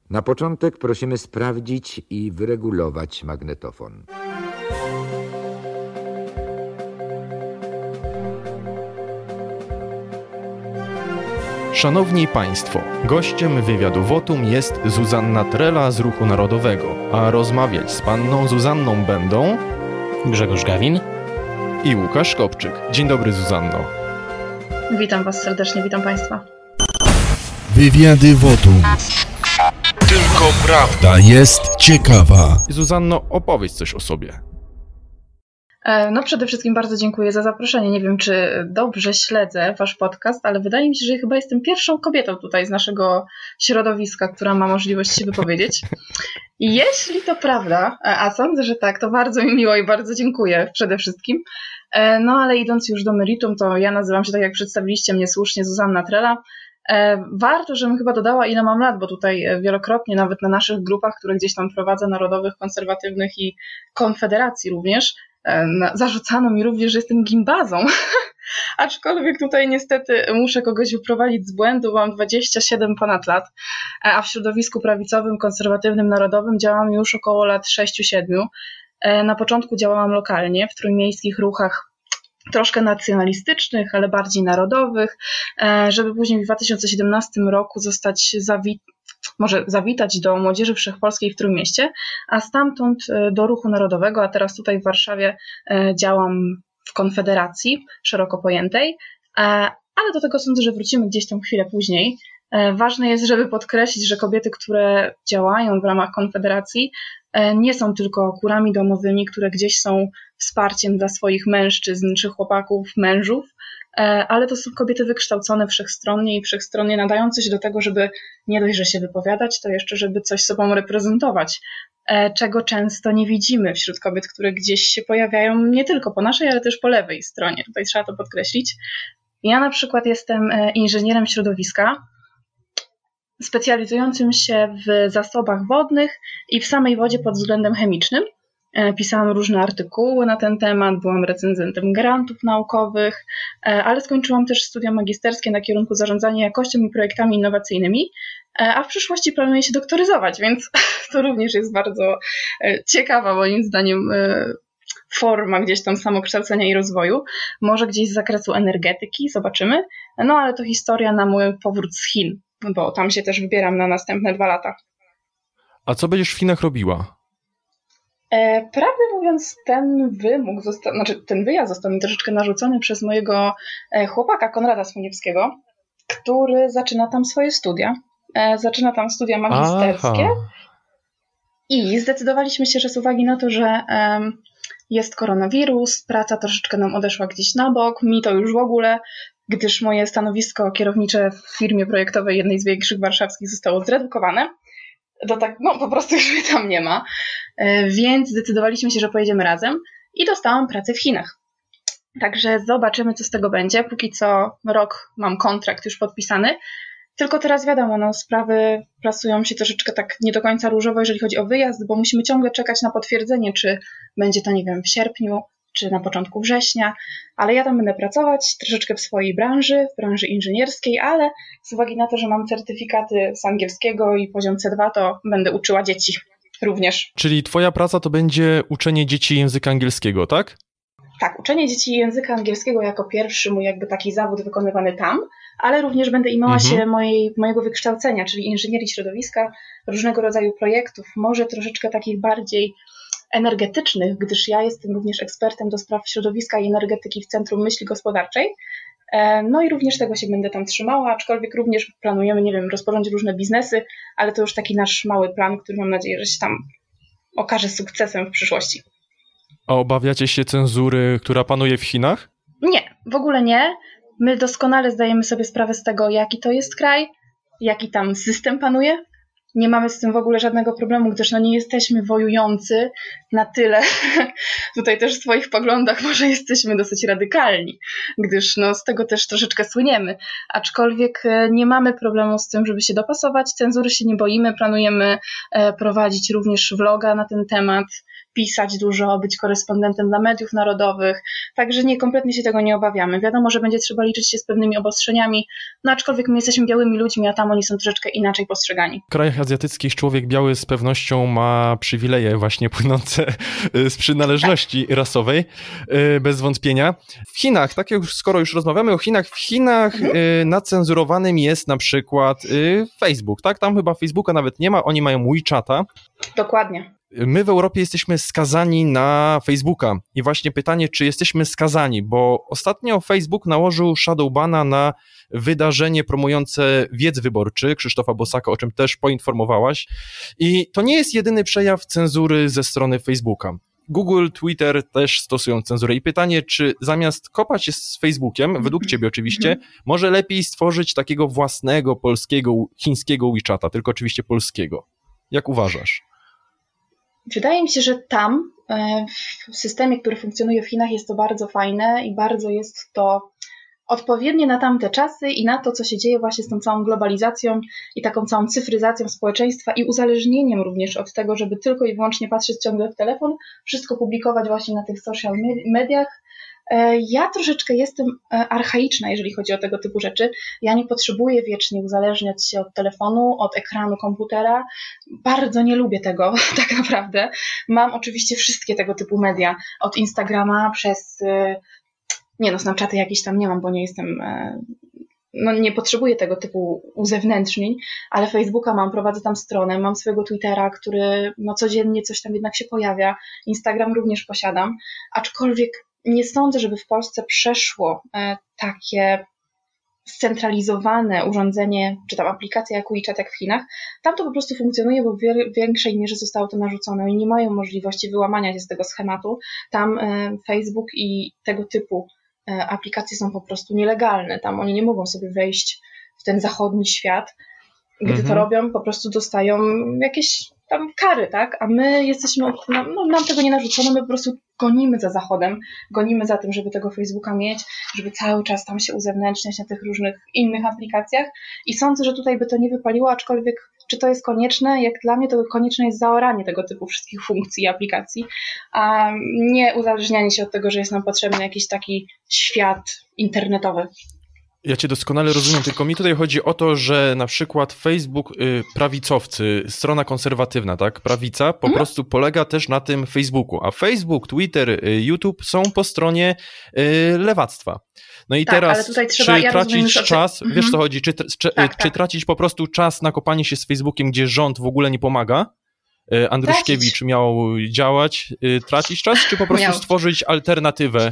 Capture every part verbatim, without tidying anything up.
Na początek prosimy sprawdzić i wyregulować magnetofon. Szanowni Państwo, gościem wywiadu Wotum jest Zuzanna Trela z Ruchu Narodowego, a rozmawiać z panną Zuzanną będą Grzegorz Gawin i Łukasz Kopczyk. Dzień dobry, Zuzanno. Witam Was serdecznie, witam Państwa. Wywiady Wotum. Tylko prawda jest ciekawa. Zuzanno, opowiedz coś o sobie. No przede wszystkim bardzo dziękuję za zaproszenie. Nie wiem, czy dobrze śledzę Wasz podcast, ale wydaje mi się, że chyba jestem pierwszą kobietą tutaj z naszego środowiska, która ma możliwość się wypowiedzieć. I jeśli to prawda, a sądzę, że tak, to bardzo mi miło i bardzo dziękuję przede wszystkim. No ale idąc już do meritum, to ja nazywam się, tak jak przedstawiliście mnie słusznie, Zuzanna Trela. Warto, żebym chyba dodała, ile mam lat, bo tutaj wielokrotnie, nawet na naszych grupach, które gdzieś tam prowadzę, narodowych, konserwatywnych i konfederacji również, zarzucano mi również, że jestem gimbazą, aczkolwiek tutaj niestety muszę kogoś wyprowadzić z błędu, mam dwadzieścia siedem ponad lat, a w środowisku prawicowym, konserwatywnym, narodowym działam już około lat sześć siedem. Na początku działałam lokalnie w trójmiejskich ruchach troszkę nacjonalistycznych, ale bardziej narodowych, żeby później w dwa tysiące siedemnastym roku zostać zawi- może zawitać do Młodzieży Wszechpolskiej w Trójmieście, a stamtąd do Ruchu Narodowego, a teraz tutaj w Warszawie działam w Konfederacji szeroko pojętej, ale do tego sądzę, że wrócimy gdzieś tam chwilę później. Ważne jest, żeby podkreślić, że kobiety, które działają w ramach Konfederacji, nie są tylko kurami domowymi, które gdzieś są wsparciem dla swoich mężczyzn czy chłopaków, mężów, ale to są kobiety wykształcone wszechstronnie i wszechstronnie nadające się do tego, żeby nie dość, że się wypowiadać, to jeszcze, żeby coś sobą reprezentować, czego często nie widzimy wśród kobiet, które gdzieś się pojawiają nie tylko po naszej, ale też po lewej stronie. Tutaj trzeba to podkreślić. Ja na przykład jestem inżynierem środowiska, specjalizującym się w zasobach wodnych i w samej wodzie pod względem chemicznym. Pisałam różne artykuły na ten temat, byłam recenzentem grantów naukowych, ale skończyłam też studia magisterskie na kierunku zarządzania jakością i projektami innowacyjnymi, a w przyszłości planuję się doktoryzować, więc to również jest bardzo ciekawa moim zdaniem forma gdzieś tam samokształcenia i rozwoju, może gdzieś z zakresu energetyki, zobaczymy, no ale to historia na mój powrót z Chin, bo tam się też wybieram na następne dwa lata. A co będziesz w Chinach robiła? E, prawdę mówiąc, ten wymóg, zosta- znaczy ten wyjazd został mi troszeczkę narzucony przez mojego e, chłopaka Konrada Smoniewskiego, który zaczyna tam swoje studia. E, zaczyna tam studia magisterskie. Aha. I zdecydowaliśmy się, że z uwagi na to, że e, jest koronawirus, praca troszeczkę nam odeszła gdzieś na bok, mi to już w ogóle, gdyż moje stanowisko kierownicze w firmie projektowej jednej z większych warszawskich zostało zredukowane. To tak, no po prostu już mnie tam nie ma, więc zdecydowaliśmy się, że pojedziemy razem i dostałam pracę w Chinach. Także zobaczymy, co z tego będzie. Póki co rok mam kontrakt już podpisany, tylko teraz wiadomo, no sprawy plasują się troszeczkę tak nie do końca różowo, jeżeli chodzi o wyjazd, bo musimy ciągle czekać na potwierdzenie, czy będzie to, nie wiem, w sierpniu, czy na początku września, ale ja tam będę pracować troszeczkę w swojej branży, w branży inżynierskiej, ale z uwagi na to, że mam certyfikaty z angielskiego i poziom C dwa, to będę uczyła dzieci również. Czyli twoja praca to będzie uczenie dzieci języka angielskiego, tak? Tak, uczenie dzieci języka angielskiego jako pierwszy mój jakby taki zawód wykonywany tam, ale również będę imała mhm. się mojej, mojego wykształcenia, czyli inżynierii środowiska, różnego rodzaju projektów, może troszeczkę takich bardziej energetycznych, gdyż ja jestem również ekspertem do spraw środowiska i energetyki w Centrum Myśli Gospodarczej. No i również tego się będę tam trzymała, aczkolwiek również planujemy, nie wiem, rozpocząć różne biznesy, ale to już taki nasz mały plan, który mam nadzieję, że się tam okaże sukcesem w przyszłości. A obawiacie się cenzury, która panuje w Chinach? Nie, w ogóle nie. My doskonale zdajemy sobie sprawę z tego, jaki to jest kraj, jaki tam system panuje. Nie mamy z tym w ogóle żadnego problemu, gdyż no nie jesteśmy wojujący na tyle. Tutaj też w swoich poglądach może jesteśmy dosyć radykalni, gdyż no z tego też troszeczkę słyniemy. Aczkolwiek nie mamy problemu z tym, żeby się dopasować. Cenzury się nie boimy, planujemy prowadzić również vloga na ten temat. pisać dużo, być korespondentem dla mediów narodowych, także nie, kompletnie się tego nie obawiamy. Wiadomo, że będzie trzeba liczyć się z pewnymi obostrzeniami, no aczkolwiek my jesteśmy białymi ludźmi, a tam oni są troszeczkę inaczej postrzegani. W krajach azjatyckich człowiek biały z pewnością ma przywileje właśnie płynące z przynależności tak. rasowej, bez wątpienia. W Chinach, tak jak skoro już rozmawiamy o Chinach, w Chinach mhm. nacenzurowanym jest na przykład Facebook, tak? Tam chyba Facebooka nawet nie ma, oni mają WeChata. Dokładnie. My w Europie jesteśmy skazani na Facebooka i właśnie pytanie, czy jesteśmy skazani, bo ostatnio Facebook nałożył shadowbana na wydarzenie promujące wiec wyborczy Krzysztofa Bosaka, o czym też poinformowałaś, i to nie jest jedyny przejaw cenzury ze strony Facebooka. Google, Twitter też stosują cenzurę i pytanie, czy zamiast kopać się z Facebookiem, według ciebie oczywiście, może lepiej stworzyć takiego własnego polskiego, chińskiego WeChata, tylko oczywiście polskiego. Jak uważasz? Wydaje mi się, że tam w systemie, który funkcjonuje w Chinach, jest to bardzo fajne i bardzo jest to odpowiednie na tamte czasy i na to, co się dzieje właśnie z tą całą globalizacją i taką całą cyfryzacją społeczeństwa i uzależnieniem również od tego, żeby tylko i wyłącznie patrzeć ciągle w telefon, wszystko publikować właśnie na tych social mediach. Ja troszeczkę jestem archaiczna, jeżeli chodzi o tego typu rzeczy. Ja nie potrzebuję wiecznie uzależniać się od telefonu, od ekranu komputera. Bardzo nie lubię tego, tak naprawdę. Mam oczywiście wszystkie tego typu media, od Instagrama przez... Nie no, Snapchaty jakieś tam nie mam, bo nie jestem... No nie potrzebuję tego typu uzewnętrznień, ale Facebooka mam, prowadzę tam stronę, mam swojego Twittera, który no codziennie coś tam jednak się pojawia. Instagram również posiadam, aczkolwiek nie sądzę, żeby w Polsce przeszło takie scentralizowane urządzenie, czy tam aplikacja jak WeChat, jak w Chinach. Tam to po prostu funkcjonuje, bo w większej mierze zostało to narzucone i nie mają możliwości wyłamania się z tego schematu. Tam Facebook i tego typu aplikacje są po prostu nielegalne. Tam oni nie mogą sobie wejść w ten zachodni świat. Gdy mhm. to robią, po prostu dostają jakieś tam kary, tak? A my jesteśmy, no, nam tego nie narzucono, my po prostu gonimy za Zachodem, gonimy za tym, żeby tego Facebooka mieć, żeby cały czas tam się uzewnętrzniać na tych różnych innych aplikacjach i sądzę, że tutaj by to nie wypaliło, aczkolwiek czy to jest konieczne? Jak dla mnie to konieczne jest zaoranie tego typu wszystkich funkcji i aplikacji, a nie uzależnianie się od tego, że jest nam potrzebny jakiś taki świat internetowy. Ja cię doskonale rozumiem, tylko mi tutaj chodzi o to, że na przykład Facebook, y, prawicowcy, strona konserwatywna, tak, prawica po mhm. prostu polega też na tym Facebooku, a Facebook, Twitter, y, YouTube są po stronie y, lewactwa. No i tak, teraz, ale tutaj trzeba, czy ja tracić rozumiem, czas, mhm. wiesz co chodzi, czy, czy, tak, czy tak. tracić po prostu czas na kopanie się z Facebookiem, gdzie rząd w ogóle nie pomaga? Y, Andruszkiewicz tracić. miał działać, y, tracić czas, czy po prostu miał. stworzyć alternatywę?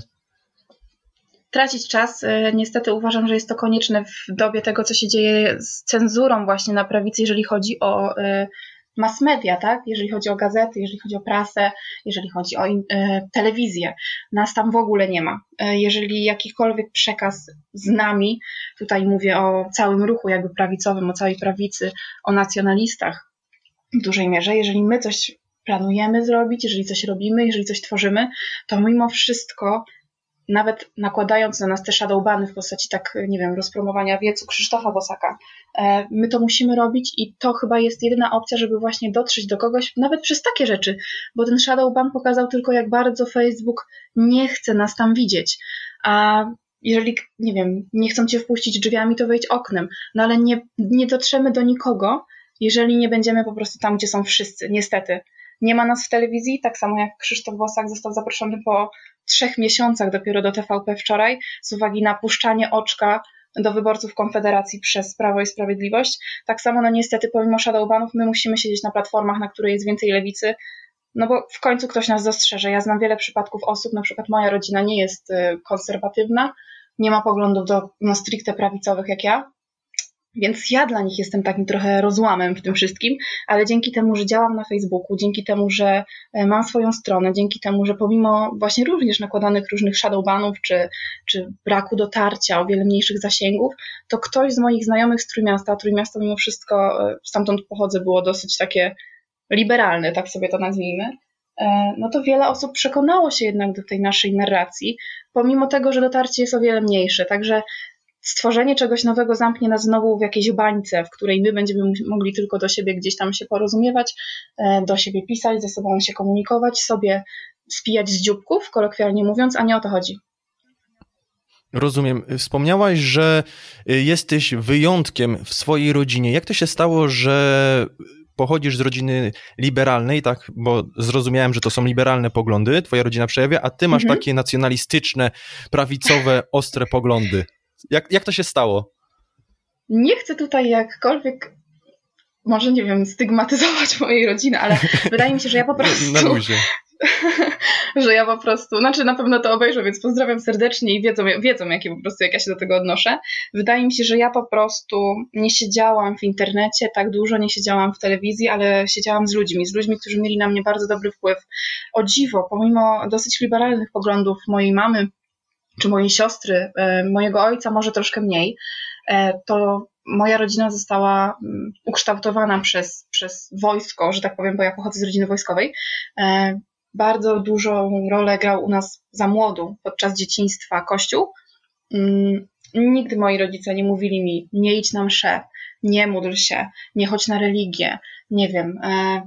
Tracić czas. Niestety uważam, że jest to konieczne w dobie tego, co się dzieje z cenzurą właśnie na prawicy, jeżeli chodzi o mass media, tak? Jeżeli chodzi o gazety, jeżeli chodzi o prasę, jeżeli chodzi o in- telewizję. Nas tam w ogóle nie ma. Jeżeli jakikolwiek przekaz z nami, tutaj mówię o całym ruchu jakby prawicowym, o całej prawicy, o nacjonalistach w dużej mierze, jeżeli my coś planujemy zrobić, jeżeli coś robimy, jeżeli coś tworzymy, to mimo wszystko nawet nakładając na nas te shadowbany w postaci, tak, nie wiem, rozpromowania wiecu Krzysztofa Bosaka, my to musimy robić i to chyba jest jedyna opcja, żeby właśnie dotrzeć do kogoś, nawet przez takie rzeczy, bo ten shadowban pokazał tylko, jak bardzo Facebook nie chce nas tam widzieć, a jeżeli, nie wiem, nie chcą cię wpuścić drzwiami, to wejdź oknem, no ale nie, nie dotrzemy do nikogo, jeżeli nie będziemy po prostu tam, gdzie są wszyscy, niestety. Nie ma nas w telewizji, tak samo jak Krzysztof Bosak został zaproszony po trzech miesiącach dopiero do T V P wczoraj, z uwagi na puszczanie oczka do wyborców Konfederacji przez Prawo i Sprawiedliwość. Tak samo, no niestety, pomimo shadowbanów, my musimy siedzieć na platformach, na której jest więcej lewicy, no bo w końcu ktoś nas dostrzeże. Ja znam wiele przypadków osób, na przykład moja rodzina nie jest konserwatywna, nie ma poglądów do, no, stricte prawicowych jak ja, więc ja dla nich jestem takim trochę rozłamem w tym wszystkim, ale dzięki temu, że działam na Facebooku, dzięki temu, że mam swoją stronę, dzięki temu, że pomimo właśnie również nakładanych różnych shadowbanów czy, czy braku dotarcia, o wiele mniejszych zasięgów, to ktoś z moich znajomych z Trójmiasta, a Trójmiasto mimo wszystko, stamtąd pochodzę, było dosyć takie liberalne, tak sobie to nazwijmy, no to wiele osób przekonało się jednak do tej naszej narracji, pomimo tego, że dotarcie jest o wiele mniejsze, także stworzenie czegoś nowego zamknie nas znowu w jakiejś bańce, w której my będziemy mogli tylko do siebie gdzieś tam się porozumiewać, do siebie pisać, ze sobą się komunikować, sobie spijać z dzióbków, kolokwialnie mówiąc, a nie o to chodzi. Rozumiem. Wspomniałaś, że jesteś wyjątkiem w swojej rodzinie. Jak to się stało, że pochodzisz z rodziny liberalnej, tak, bo zrozumiałem, że to są liberalne poglądy, twoja rodzina przejawia, a ty masz mhm. takie nacjonalistyczne, prawicowe, ostre poglądy. Jak, jak to się stało? Nie chcę tutaj jakkolwiek, może nie wiem, stygmatyzować mojej rodziny, ale wydaje mi się, że ja po prostu... Na luzie. że ja po prostu, znaczy na pewno to obejrzą, więc pozdrawiam serdecznie i wiedzą, wiedzą jakie po prostu, jak ja się do tego odnoszę. Wydaje mi się, że ja po prostu nie siedziałam w internecie tak dużo, nie siedziałam w telewizji, ale siedziałam z ludźmi, z ludźmi, którzy mieli na mnie bardzo dobry wpływ. O dziwo, pomimo dosyć liberalnych poglądów mojej mamy czy mojej siostry, mojego ojca może troszkę mniej, to moja rodzina została ukształtowana przez, przez wojsko, że tak powiem, bo ja pochodzę z rodziny wojskowej. Bardzo dużą rolę grał u nas za młodu, podczas dzieciństwa Kościół. Nigdy moi rodzice nie mówili mi, nie idź na mszę, nie módl się, nie chodź na religię, nie wiem,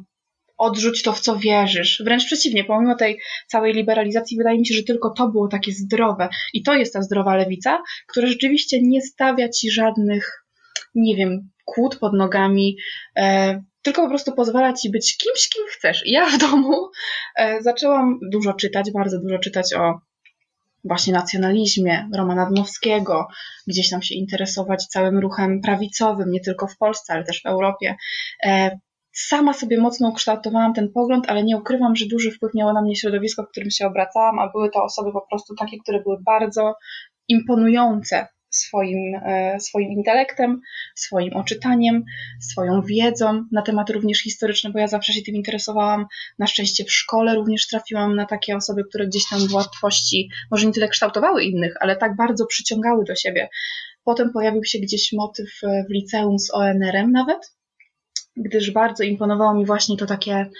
odrzuć to, w co wierzysz. Wręcz przeciwnie, pomimo tej całej liberalizacji wydaje mi się, że tylko to było takie zdrowe. I to jest ta zdrowa lewica, która rzeczywiście nie stawia ci żadnych, nie wiem, kłód pod nogami, e, tylko po prostu pozwala ci być kimś, kim chcesz. I ja w domu e, zaczęłam dużo czytać, bardzo dużo czytać o właśnie nacjonalizmie Romana Dmowskiego, gdzieś tam się interesować całym ruchem prawicowym, nie tylko w Polsce, ale też w Europie. E, Sama sobie mocno ukształtowałam ten pogląd, ale nie ukrywam, że duży wpływ miało na mnie środowisko, w którym się obracałam, a były to osoby po prostu takie, które były bardzo imponujące swoim, e, swoim intelektem, swoim oczytaniem, swoją wiedzą na tematy również historyczne, bo ja zawsze się tym interesowałam. Na szczęście w szkole również trafiłam na takie osoby, które gdzieś tam w łatwości, może nie tyle kształtowały innych, ale tak bardzo przyciągały do siebie. Potem pojawił się gdzieś motyw w liceum z O N R-em nawet, gdyż bardzo imponowało mi właśnie to takie,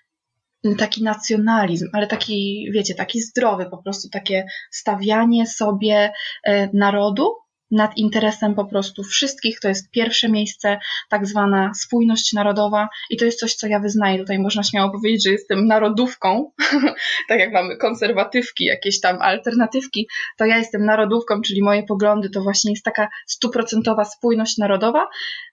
taki nacjonalizm, ale taki, wiecie, taki zdrowy, po prostu takie stawianie sobie narodu nad interesem po prostu wszystkich. To jest pierwsze miejsce, tak zwana spójność narodowa i to jest coś, co ja wyznaję. Tutaj można śmiało powiedzieć, że jestem narodówką, tak jak mamy konserwatywki, jakieś tam alternatywki, to ja jestem narodówką, czyli moje poglądy to właśnie jest taka stuprocentowa spójność narodowa.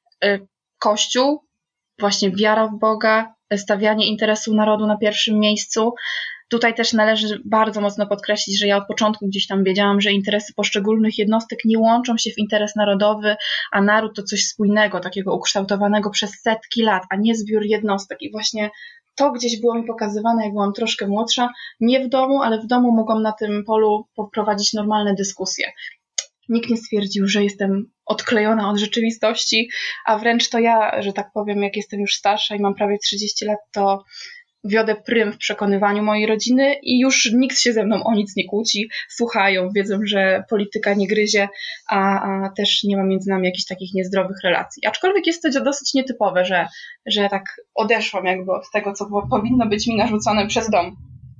Kościół, właśnie wiara w Boga, stawianie interesu narodu na pierwszym miejscu. Tutaj też należy bardzo mocno podkreślić, że ja od początku gdzieś tam wiedziałam, że interesy poszczególnych jednostek nie łączą się w interes narodowy, a naród to coś spójnego, takiego ukształtowanego przez setki lat, a nie zbiór jednostek. I właśnie to gdzieś było mi pokazywane, jak byłam troszkę młodsza. Nie w domu, ale w domu mogłam na tym polu poprowadzić normalne dyskusje. Nikt nie stwierdził, że jestem odklejona od rzeczywistości, a wręcz to ja, że tak powiem, jak jestem już starsza i mam prawie trzydzieści lat, to wiodę prym w przekonywaniu mojej rodziny i już nikt się ze mną o nic nie kłóci, słuchają, wiedzą, że polityka nie gryzie, a, a też nie ma między nami jakichś takich niezdrowych relacji. Aczkolwiek jest to dosyć nietypowe, że, że tak odeszłam jakby od tego, co było, powinno być mi narzucone przez dom.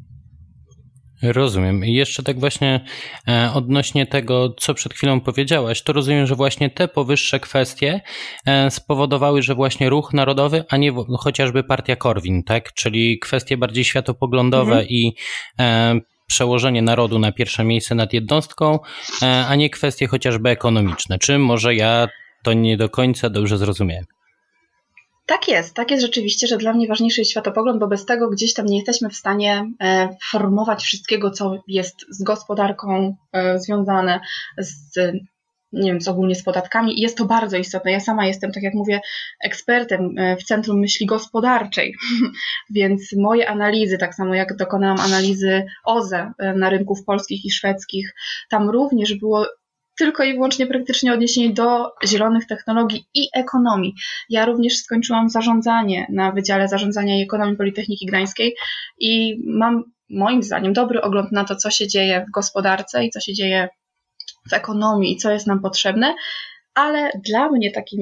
Rozumiem. I jeszcze tak właśnie e, odnośnie tego, co przed chwilą powiedziałaś, to rozumiem, że właśnie te powyższe kwestie e, spowodowały, że właśnie ruch narodowy, a nie w, chociażby partia Korwin, tak? Czyli kwestie bardziej światopoglądowe mhm. i e, przełożenie narodu na pierwsze miejsce nad jednostką, e, a nie kwestie chociażby ekonomiczne. Czy może ja to nie do końca dobrze zrozumiałem? Tak jest, tak jest rzeczywiście, że dla mnie ważniejszy jest światopogląd, bo bez tego gdzieś tam nie jesteśmy w stanie e, formować wszystkiego, co jest z gospodarką e, związane, z, nie wiem, z ogólnie z podatkami i jest to bardzo istotne. Ja sama jestem, tak jak mówię, ekspertem w Centrum Myśli Gospodarczej, więc moje analizy, tak samo jak dokonałam analizy O Z E na rynków polskich i szwedzkich, tam również było tylko i wyłącznie praktycznie odniesienie do zielonych technologii i ekonomii. Ja również skończyłam zarządzanie na Wydziale Zarządzania i Ekonomii Politechniki Gdańskiej i mam moim zdaniem dobry ogląd na to, co się dzieje w gospodarce i co się dzieje w ekonomii i co jest nam potrzebne, ale dla mnie takim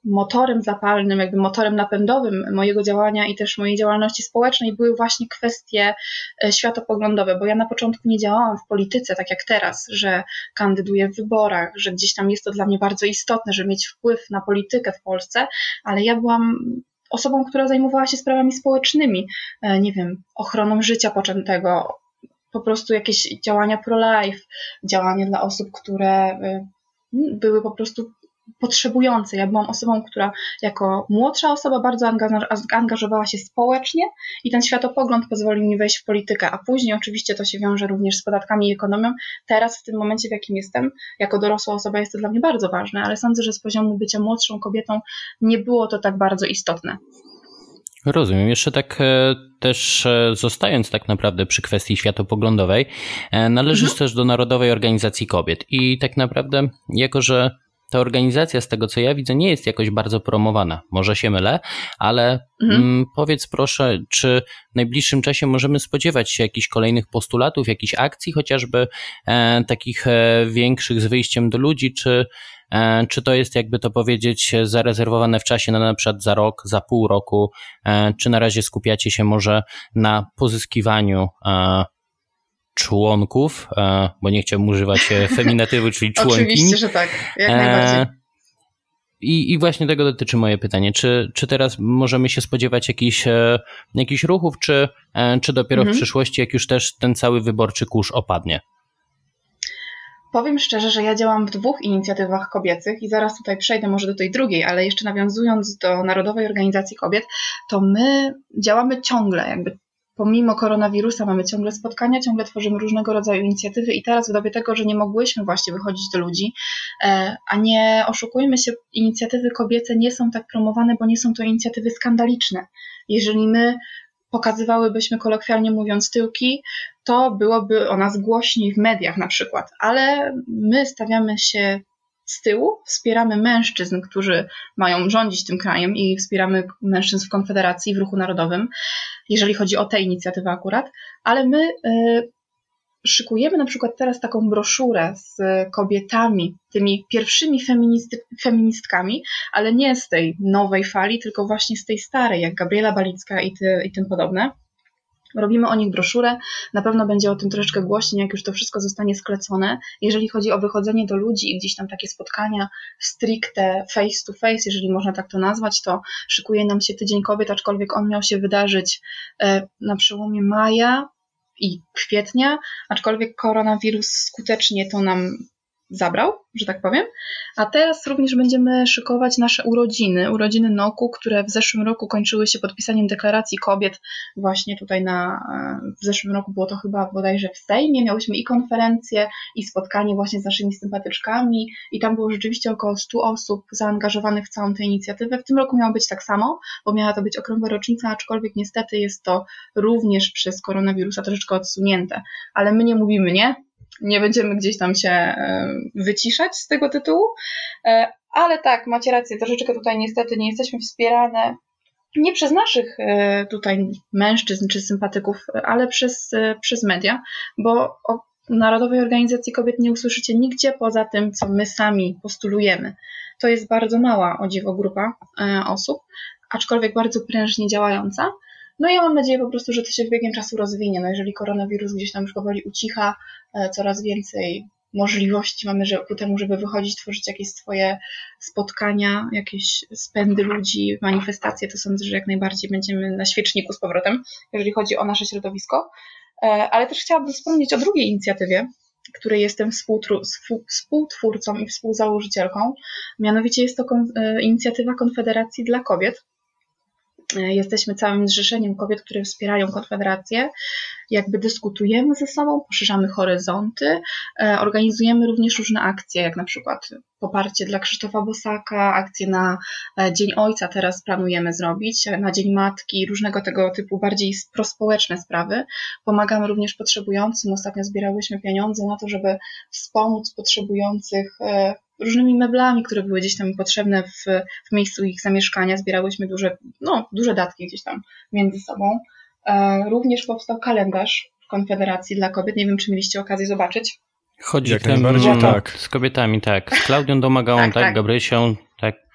motorem zapalnym, jakby motorem napędowym mojego działania i też mojej działalności społecznej były właśnie kwestie światopoglądowe, bo ja na początku nie działałam w polityce tak jak teraz, że kandyduję w wyborach, że gdzieś tam jest to dla mnie bardzo istotne, żeby mieć wpływ na politykę w Polsce, ale ja byłam osobą, która zajmowała się sprawami społecznymi, nie wiem, ochroną życia poczętego, po prostu jakieś działania pro-life, działania dla osób, które były po prostu potrzebujące. Ja byłam osobą, która jako młodsza osoba bardzo angażowała się społecznie i ten światopogląd pozwolił mi wejść w politykę, a później oczywiście to się wiąże również z podatkami i ekonomią. Teraz w tym momencie, w jakim jestem, jako dorosła osoba jest to dla mnie bardzo ważne, ale sądzę, że z poziomu bycia młodszą kobietą nie było to tak bardzo istotne. Rozumiem. Jeszcze tak e, też e, zostając tak naprawdę przy kwestii światopoglądowej, e, należysz mhm. też do Narodowej Organizacji Kobiet i tak naprawdę jako, że ta organizacja z tego co ja widzę nie jest jakoś bardzo promowana. Może się mylę, ale mhm. m, powiedz proszę, czy w najbliższym czasie możemy spodziewać się jakichś kolejnych postulatów, jakichś akcji, chociażby e, takich e, większych z wyjściem do ludzi, czy Czy to jest, jakby to powiedzieć, zarezerwowane w czasie na, na przykład za rok, za pół roku, czy na razie skupiacie się może na pozyskiwaniu członków, bo nie chciałbym używać feminatywu, czyli członkiń. Oczywiście, że tak, jak najbardziej. I, I właśnie tego dotyczy moje pytanie. Czy, czy teraz możemy się spodziewać jakichś, jakichś ruchów, czy, czy dopiero mhm. w przyszłości, jak już też ten cały wyborczy kurz opadnie? Powiem szczerze, że ja działam w dwóch inicjatywach kobiecych i zaraz tutaj przejdę może do tej drugiej, ale jeszcze nawiązując do Narodowej Organizacji Kobiet, to my działamy ciągle, jakby pomimo koronawirusa mamy ciągle spotkania, ciągle tworzymy różnego rodzaju inicjatywy i teraz w dobie tego, że nie mogłyśmy właśnie wychodzić do ludzi, a nie oszukujmy się, inicjatywy kobiece nie są tak promowane, bo nie są to inicjatywy skandaliczne. Jeżeli my pokazywałybyśmy kolokwialnie mówiąc tyłki, to byłoby o nas głośniej w mediach na przykład, ale my stawiamy się z tyłu, wspieramy mężczyzn, którzy mają rządzić tym krajem i wspieramy mężczyzn w Konfederacji, w Ruchu Narodowym, jeżeli chodzi o tę inicjatywę akurat, ale my y, szykujemy na przykład teraz taką broszurę z kobietami, tymi pierwszymi feministy, feministkami, ale nie z tej nowej fali, tylko właśnie z tej starej, jak Gabriela Balicka i, ty, i tym podobne. Robimy o nich broszurę, na pewno będzie o tym troszeczkę głośniej, jak już to wszystko zostanie sklecone. Jeżeli chodzi o wychodzenie do ludzi i gdzieś tam takie spotkania stricte face to face, jeżeli można tak to nazwać, to szykuje nam się Tydzień Kobiet, aczkolwiek on miał się wydarzyć na przełomie maja i kwietnia, aczkolwiek koronawirus skutecznie to nam zabrał, że tak powiem. A teraz również będziemy szykować nasze urodziny, urodziny N O K-u, które w zeszłym roku kończyły się podpisaniem deklaracji kobiet. Właśnie tutaj na, w zeszłym roku było to chyba bodajże w Sejmie. Miałyśmy i konferencję, i spotkanie właśnie z naszymi sympatyczkami i tam było rzeczywiście około stu osób zaangażowanych w całą tę inicjatywę. W tym roku miało być tak samo, bo miała to być okrągła rocznica, aczkolwiek niestety jest to również przez koronawirusa troszeczkę odsunięte. Ale my nie mówimy nie. Nie będziemy gdzieś tam się wyciszać z tego tytułu, ale tak, macie rację, troszeczkę tutaj niestety nie jesteśmy wspierane, nie przez naszych tutaj mężczyzn czy sympatyków, ale przez, przez media, bo o Narodowej Organizacji Kobiet nie usłyszycie nigdzie poza tym, co my sami postulujemy. To jest bardzo mała, o dziwo, grupa osób, aczkolwiek bardzo prężnie działająca. No i ja mam nadzieję po prostu, że to się z biegiem czasu rozwinie. No jeżeli koronawirus gdzieś tam już powoli ucicha, coraz więcej możliwości mamy że, ku temu, żeby wychodzić, tworzyć jakieś swoje spotkania, jakieś spędy ludzi, manifestacje, to sądzę, że jak najbardziej będziemy na świeczniku z powrotem, jeżeli chodzi o nasze środowisko. Ale też chciałabym wspomnieć o drugiej inicjatywie, której jestem współtwórcą i współzałożycielką. Mianowicie jest to inicjatywa Konfederacji dla Kobiet. Jesteśmy całym zrzeszeniem kobiet, które wspierają Konfederację. Jakby dyskutujemy ze sobą, poszerzamy horyzonty, organizujemy również różne akcje, jak na przykład poparcie dla Krzysztofa Bosaka, akcje na Dzień Ojca teraz planujemy zrobić, na Dzień Matki, różnego tego typu bardziej prospołeczne sprawy. Pomagamy również potrzebującym. Ostatnio zbierałyśmy pieniądze na to, żeby wspomóc potrzebujących różnymi meblami, które były gdzieś tam potrzebne w, w miejscu ich zamieszkania. Zbierałyśmy duże, no, duże datki gdzieś tam między sobą. E, również powstał kalendarz Konfederacji dla Kobiet. Nie wiem, czy mieliście okazję zobaczyć. Chodzi jak najbardziej, tak. Z kobietami, tak. Z Klaudią Domagałą, tak, tak, tak. Gabrysią, tak.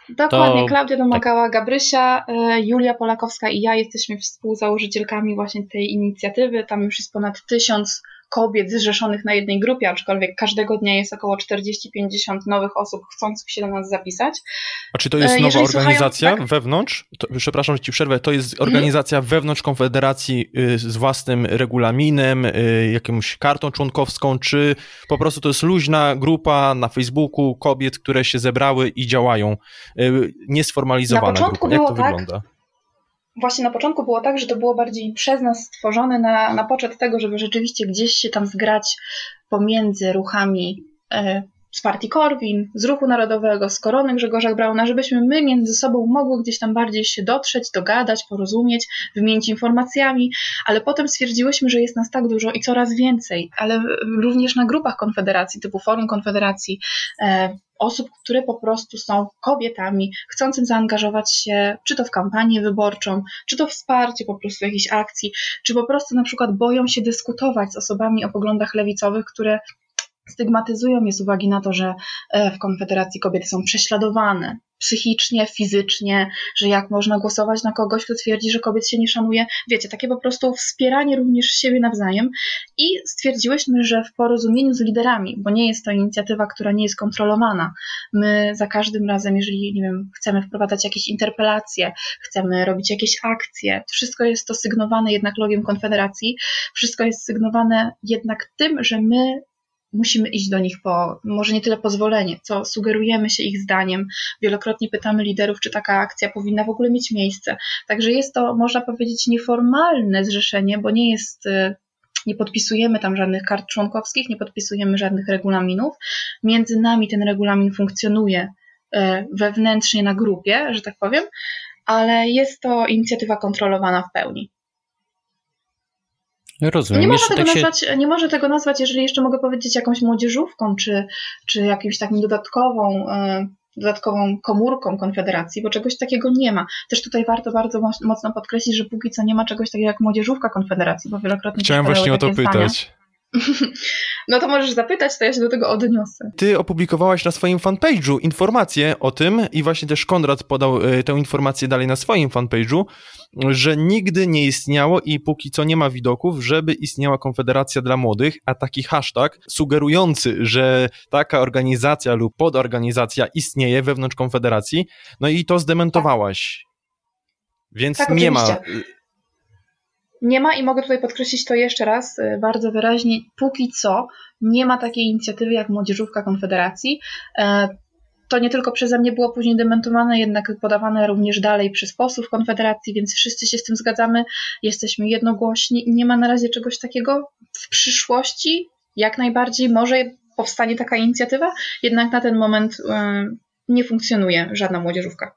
Dokładnie, To Klaudia Domagała, Gabrysia, Julia Polakowska i ja jesteśmy współzałożycielkami właśnie tej inicjatywy. Tam już jest ponad tysiąc kobiet zrzeszonych na jednej grupie, aczkolwiek każdego dnia jest około czterdzieści pięćdziesiąt nowych osób chcących się do nas zapisać. A czy to jest nowa Jeżeli organizacja słuchają, tak? wewnątrz? To, przepraszam, że ci przerwę. To jest organizacja mhm. wewnątrz Konfederacji y, z własnym regulaminem, y, jakąś kartą członkowską, czy po prostu to jest luźna grupa na Facebooku kobiet, które się zebrały i działają, y, niesformalizowana grupa. Jak to tak? wygląda? Właśnie na początku było tak, że to było bardziej przez nas stworzone na, na poczet tego, żeby rzeczywiście gdzieś się tam zgrać pomiędzy ruchami e, z partii Korwin, z Ruchu Narodowego, z Korony Grzegorza Brauna, żebyśmy my między sobą mogły gdzieś tam bardziej się dotrzeć, dogadać, porozumieć, wymienić informacjami, ale potem stwierdziłyśmy, że jest nas tak dużo i coraz więcej, ale również na grupach Konfederacji, typu Forum Konfederacji, e, osób, które po prostu są kobietami, chcącym zaangażować się czy to w kampanię wyborczą, czy to wsparcie po prostu jakiejś akcji, czy po prostu na przykład boją się dyskutować z osobami o poglądach lewicowych, które stygmatyzują je z uwagi na to, że w Konfederacji kobiety są prześladowane psychicznie, fizycznie, że jak można głosować na kogoś, kto twierdzi, że kobiet się nie szanuje. Wiecie, takie po prostu wspieranie również siebie nawzajem i stwierdziłyśmy, że w porozumieniu z liderami, bo nie jest to inicjatywa, która nie jest kontrolowana. My za każdym razem, jeżeli, nie wiem, chcemy wprowadzać jakieś interpelacje, chcemy robić jakieś akcje, wszystko jest to sygnowane jednak logiem Konfederacji, wszystko jest sygnowane jednak tym, że my musimy iść do nich po, może nie tyle pozwolenie, co sugerujemy się ich zdaniem. Wielokrotnie pytamy liderów, czy taka akcja powinna w ogóle mieć miejsce. Także jest to, można powiedzieć, nieformalne zrzeszenie, bo nie jest, nie podpisujemy tam żadnych kart członkowskich, nie podpisujemy żadnych regulaminów. Między nami ten regulamin funkcjonuje wewnętrznie na grupie, że tak powiem, ale jest to inicjatywa kontrolowana w pełni. Rozumiem. Nie można, tego tak się... nazwać, nie można tego nazwać, jeżeli jeszcze mogę powiedzieć, jakąś młodzieżówką, czy, czy jakimś takim dodatkową, dodatkową komórką Konfederacji, bo czegoś takiego nie ma. Też tutaj warto bardzo mocno podkreślić, że póki co nie ma czegoś takiego jak młodzieżówka Konfederacji, bo wielokrotnie Chciałem właśnie o to zdania. pytać. No to możesz zapytać, to ja się do tego odniosę. Ty opublikowałaś na swoim fanpage'u informację o tym i właśnie też Konrad podał y, tę informację dalej na swoim fanpage'u, że nigdy nie istniało i póki co nie ma widoków, żeby istniała Konfederacja dla Młodych, a taki hashtag sugerujący, że taka organizacja lub podorganizacja istnieje wewnątrz Konfederacji, no i to zdementowałaś. Tak. Więc tak, nie oczywiście. ma... Nie ma i mogę tutaj podkreślić to jeszcze raz bardzo wyraźnie, póki co nie ma takiej inicjatywy jak Młodzieżówka Konfederacji. To nie tylko przeze mnie było później dementowane, jednak podawane również dalej przez posłów Konfederacji, więc wszyscy się z tym zgadzamy, jesteśmy jednogłośni i nie ma na razie czegoś takiego. W przyszłości jak najbardziej może powstanie taka inicjatywa, jednak na ten moment nie funkcjonuje żadna młodzieżówka.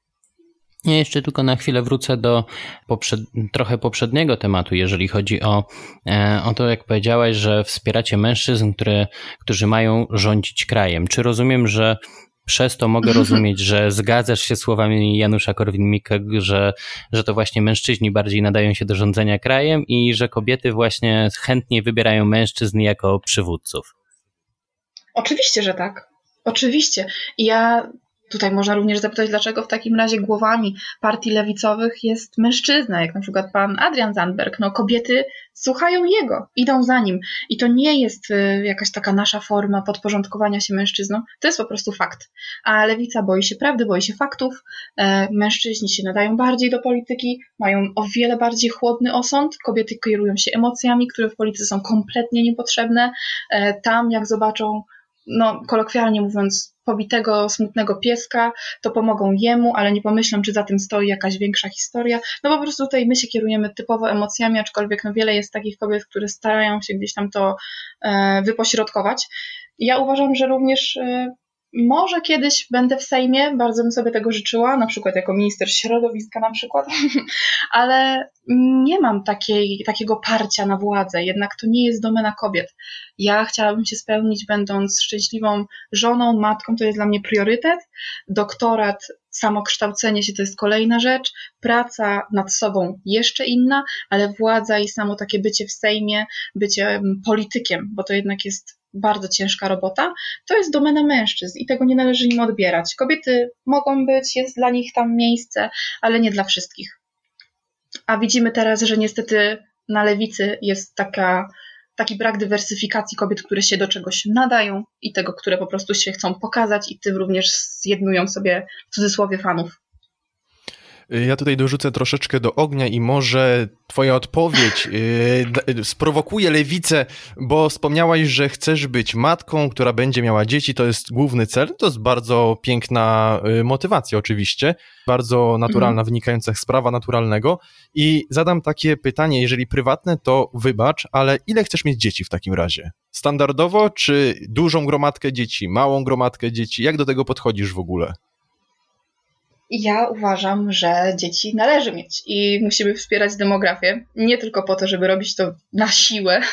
Ja jeszcze tylko na chwilę wrócę do poprzed... trochę poprzedniego tematu, jeżeli chodzi o, o to, jak powiedziałaś, że wspieracie mężczyzn, które, którzy mają rządzić krajem. Czy rozumiem, że przez to mogę rozumieć, że zgadzasz się słowami Janusza Korwin-Mikkego, że, że to właśnie mężczyźni bardziej nadają się do rządzenia krajem i że kobiety właśnie chętnie wybierają mężczyzn jako przywódców? Oczywiście, że tak. Oczywiście. I ja... Tutaj można również zapytać, dlaczego w takim razie głowami partii lewicowych jest mężczyzna, jak na przykład pan Adrian Zandberg. No kobiety słuchają jego, idą za nim. I to nie jest jakaś taka nasza forma podporządkowania się mężczyznom, to jest po prostu fakt. A lewica boi się prawdy, boi się faktów, mężczyźni się nadają bardziej do polityki, mają o wiele bardziej chłodny osąd, kobiety kierują się emocjami, które w polityce są kompletnie niepotrzebne. Tam jak zobaczą, no kolokwialnie mówiąc, pobitego, smutnego pieska, to pomogą jemu, ale nie pomyślą, czy za tym stoi jakaś większa historia. No po prostu tutaj my się kierujemy typowo emocjami, aczkolwiek no wiele jest takich kobiet, które starają się gdzieś tam to e, wypośrodkować. Ja uważam, że również e, może kiedyś będę w Sejmie, bardzo bym sobie tego życzyła, na przykład jako minister środowiska na przykład, ale nie mam takiej, takiego parcia na władzę, jednak to nie jest domena kobiet. Ja chciałabym się spełnić będąc szczęśliwą żoną, matką, to jest dla mnie priorytet, doktorat, samokształcenie się to jest kolejna rzecz, praca nad sobą jeszcze inna, ale władza i samo takie bycie w Sejmie, bycie politykiem, bo to jednak jest bardzo ciężka robota, to jest domena mężczyzn i tego nie należy im odbierać. Kobiety mogą być, jest dla nich tam miejsce, ale nie dla wszystkich. A widzimy teraz, że niestety na lewicy jest taka, taki brak dywersyfikacji kobiet, które się do czegoś nadają i tego, które po prostu się chcą pokazać i tym również zjednują sobie w cudzysłowie fanów. Ja tutaj dorzucę troszeczkę do ognia i może twoja odpowiedź yy, sprowokuje lewicę, bo wspomniałaś, że chcesz być matką, która będzie miała dzieci, to jest główny cel. To jest bardzo piękna yy, motywacja oczywiście, bardzo naturalna, mm. wynikająca z prawa naturalnego. I zadam takie pytanie, jeżeli prywatne, to wybacz, ale ile chcesz mieć dzieci w takim razie? Standardowo, czy dużą gromadkę dzieci, małą gromadkę dzieci? Jak do tego podchodzisz w ogóle? Ja uważam, że dzieci należy mieć i musimy wspierać demografię. Nie tylko po to, żeby robić to na siłę,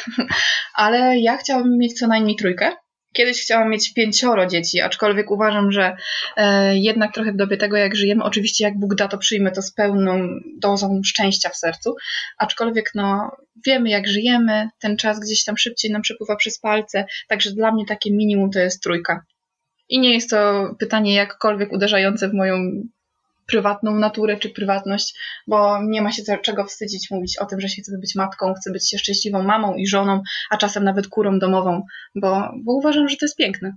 ale ja chciałabym mieć co najmniej trójkę. Kiedyś chciałam mieć pięcioro dzieci, aczkolwiek uważam, że e, jednak trochę w dobie tego, jak żyjemy, oczywiście jak Bóg da, to przyjmę to z pełną dozą szczęścia w sercu, aczkolwiek no wiemy jak żyjemy, ten czas gdzieś tam szybciej nam przepływa przez palce, także dla mnie takie minimum to jest trójka. I nie jest to pytanie jakkolwiek uderzające w moją prywatną naturę czy prywatność, bo nie ma się czego wstydzić mówić o tym, że się chce być matką, chce być się szczęśliwą mamą i żoną, a czasem nawet kurą domową, bo, bo uważam, że to jest piękne.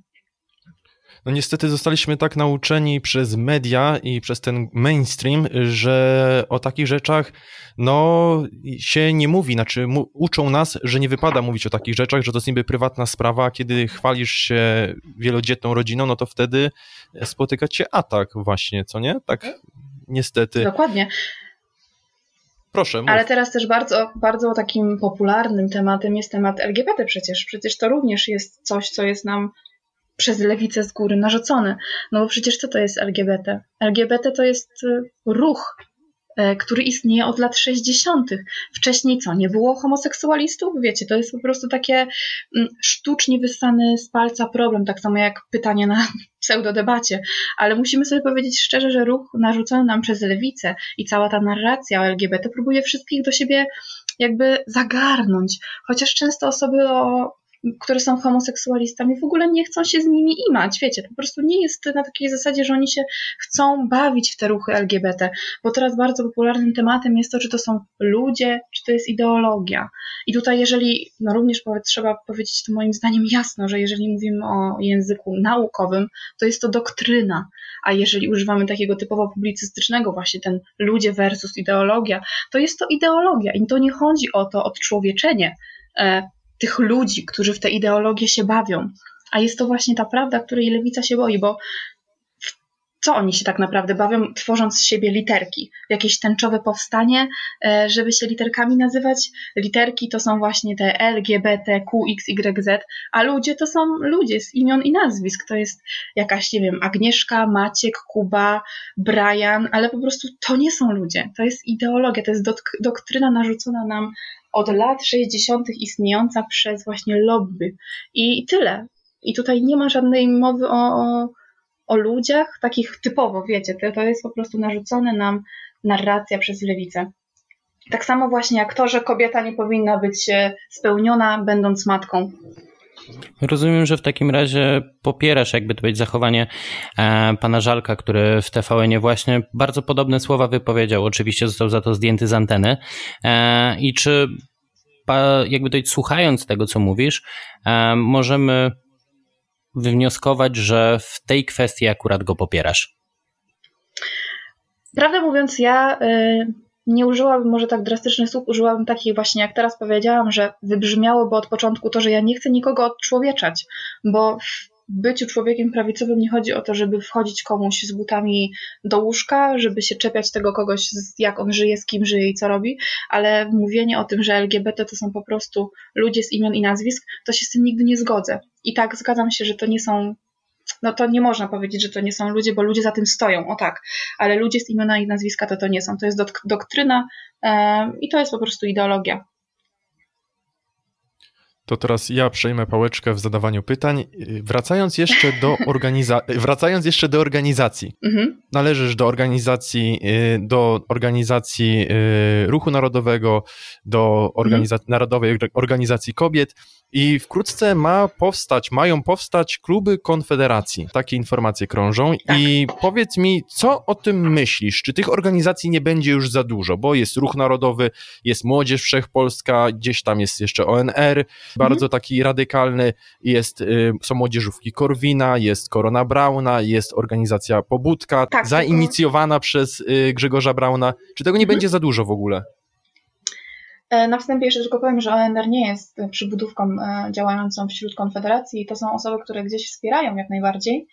No niestety zostaliśmy tak nauczeni przez media i przez ten mainstream, że o takich rzeczach no się nie mówi, znaczy mu, uczą nas, że nie wypada mówić o takich rzeczach, że to jest niby prywatna sprawa, a kiedy chwalisz się wielodzietną rodziną, no to wtedy spotyka cię atak właśnie, co nie? Tak niestety. Dokładnie. Proszę, mów. Ale teraz też bardzo, bardzo takim popularnym tematem jest temat L G B T przecież. Przecież to również jest coś, co jest nam przez lewicę z góry narzucone. No bo przecież co to jest L G B T? L G B T to jest ruch, który istnieje od lat sześćdziesiątych. Wcześniej co? Nie było homoseksualistów? Wiecie, to jest po prostu takie sztucznie wyssany z palca problem, tak samo jak pytanie na pseudodebacie. Ale musimy sobie powiedzieć szczerze, że ruch narzucony nam przez lewicę i cała ta narracja o L G B T próbuje wszystkich do siebie jakby zagarnąć. Chociaż często osoby o które są homoseksualistami, w ogóle nie chcą się z nimi imać, wiecie, to po prostu nie jest na takiej zasadzie, że oni się chcą bawić w te ruchy L G B T, bo teraz bardzo popularnym tematem jest to, czy to są ludzie, czy to jest ideologia. I tutaj jeżeli, no również trzeba powiedzieć to moim zdaniem jasno, że jeżeli mówimy o języku naukowym, to jest to doktryna, a jeżeli używamy takiego typowo publicystycznego właśnie ten ludzie versus ideologia, to jest to ideologia i to nie chodzi o to odczłowieczenie e, tych ludzi, którzy w tę ideologię się bawią. A jest to właśnie ta prawda, której lewica się boi, bo co oni się tak naprawdę bawią, tworząc z siebie literki? Jakieś tęczowe powstanie, żeby się literkami nazywać? Literki to są właśnie te L, G, B, T, Q, X, Y, Z, a ludzie to są ludzie z imion i nazwisk. To jest jakaś, nie wiem, Agnieszka, Maciek, Kuba, Brian, ale po prostu to nie są ludzie. To jest ideologia, to jest dok- doktryna narzucona nam od lat sześćdziesiątych istniejąca przez właśnie lobby. I, i tyle. I tutaj nie ma żadnej mowy o, o, o ludziach, takich typowo, wiecie, to, to jest po prostu narzucone nam narracja przez lewicę. Tak samo właśnie jak to, że kobieta nie powinna być spełniona, będąc matką. Rozumiem, że w takim razie popierasz jakby to być zachowanie e, pana Żalka, który w T V N-ie właśnie bardzo podobne słowa wypowiedział. Oczywiście został za to zdjęty z anteny. E, I czy pa, jakby to słuchając tego, co mówisz, e, możemy wywnioskować, że w tej kwestii akurat go popierasz? Prawdę mówiąc, ja y, nie użyłabym może tak drastycznych słów, użyłabym takich właśnie, jak teraz powiedziałam, że wybrzmiałoby od początku to, że ja nie chcę nikogo odczłowieczać, bo w byciu człowiekiem prawicowym nie chodzi o to, żeby wchodzić komuś z butami do łóżka, żeby się czepiać tego kogoś, jak on żyje, z kim żyje i co robi, ale mówienie o tym, że L G B T to są po prostu ludzie z imion i nazwisk, to się z tym nigdy nie zgodzę. I tak zgadzam się, że to nie są, no to nie można powiedzieć, że to nie są ludzie, bo ludzie za tym stoją, o tak, ale ludzie z imiona i nazwiska to to nie są, to jest dok- doktryna yy, i to jest po prostu ideologia. To teraz ja przejmę pałeczkę w zadawaniu pytań. Wracając jeszcze do, organiza- wracając jeszcze do organizacji. Mhm. Należysz do organizacji, do organizacji Ruchu Narodowego, do organiza- mhm. Narodowej Organizacji Kobiet i wkrótce ma powstać, mają powstać kluby konfederacji. Takie informacje krążą. Tak. I powiedz mi, co o tym myślisz? Czy tych organizacji nie będzie już za dużo? Bo jest Ruch Narodowy, jest Młodzież Wszechpolska, gdzieś tam jest jeszcze O N R, bardzo taki radykalny, jest, y, są młodzieżówki Korwina, jest Korona Brauna, jest organizacja Pobudka, tak, zainicjowana tylko... przez y, Grzegorza Brauna. Czy tego nie mhm. będzie za dużo w ogóle? Na wstępie jeszcze tylko powiem, że O N R nie jest przybudówką działającą wśród Konfederacji. To są osoby, które gdzieś wspierają jak najbardziej.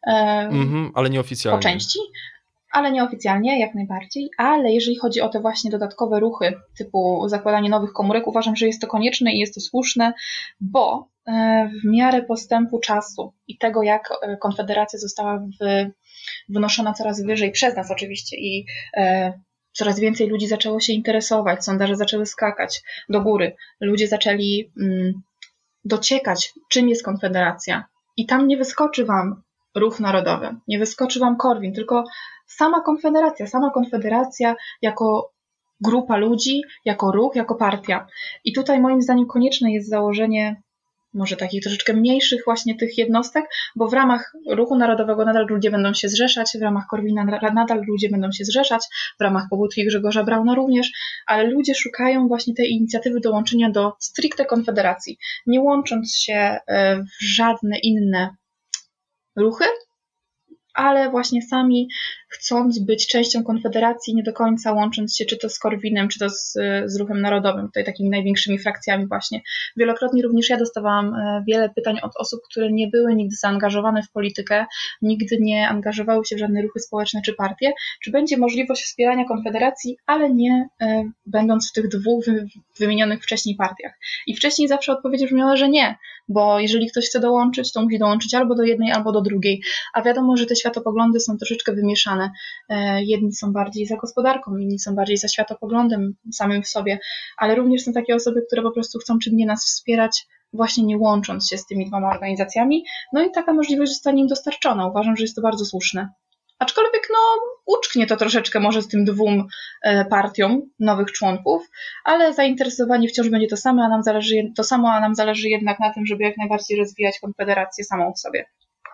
Mhm, ale nieoficjalnie. Po części, ale nieoficjalnie jak najbardziej. Ale jeżeli chodzi o te właśnie dodatkowe ruchy, typu zakładanie nowych komórek, uważam, że jest to konieczne i jest to słuszne, bo w miarę postępu czasu i tego, jak Konfederacja została w, wynoszona coraz wyżej, przez nas oczywiście, i coraz więcej ludzi zaczęło się interesować, sondaże zaczęły skakać do góry, ludzie zaczęli mm, dociekać, czym jest Konfederacja. I tam nie wyskoczy wam Ruch Narodowy, nie wyskoczy wam Korwin, tylko sama Konfederacja, sama Konfederacja jako grupa ludzi, jako ruch, jako partia. I tutaj moim zdaniem konieczne jest założenie może takich troszeczkę mniejszych właśnie tych jednostek, bo w ramach Ruchu Narodowego nadal ludzie będą się zrzeszać, w ramach Korwina nadal ludzie będą się zrzeszać, w ramach Pobudki Grzegorza Brauna również, ale ludzie szukają właśnie tej inicjatywy dołączenia do stricte Konfederacji, nie łącząc się w żadne inne ruchy, ale właśnie sami chcąc być częścią Konfederacji, nie do końca łącząc się czy to z Korwinem, czy to z, z Ruchem Narodowym, tutaj takimi największymi frakcjami właśnie. Wielokrotnie również ja dostawałam wiele pytań od osób, które nie były nigdy zaangażowane w politykę, nigdy nie angażowały się w żadne ruchy społeczne czy partie, czy będzie możliwość wspierania Konfederacji, ale nie e, będąc w tych dwóch wy, wymienionych wcześniej partiach. I wcześniej zawsze odpowiedź brzmiała, że nie, bo jeżeli ktoś chce dołączyć, to musi dołączyć albo do jednej, albo do drugiej. A wiadomo, że te światopoglądy są troszeczkę wymieszane. Jedni są bardziej za gospodarką, inni są bardziej za światopoglądem samym w sobie, ale również są takie osoby, które po prostu chcą czynnie nas wspierać, właśnie nie łącząc się z tymi dwoma organizacjami. No i taka możliwość zostanie im dostarczona. Uważam, że jest to bardzo słuszne. Aczkolwiek no uczknie to troszeczkę może z tym dwóm partiom nowych członków, ale zainteresowanie wciąż będzie to samo, a nam zależy, to samo, a nam zależy jednak na tym, żeby jak najbardziej rozwijać Konfederację samą w sobie.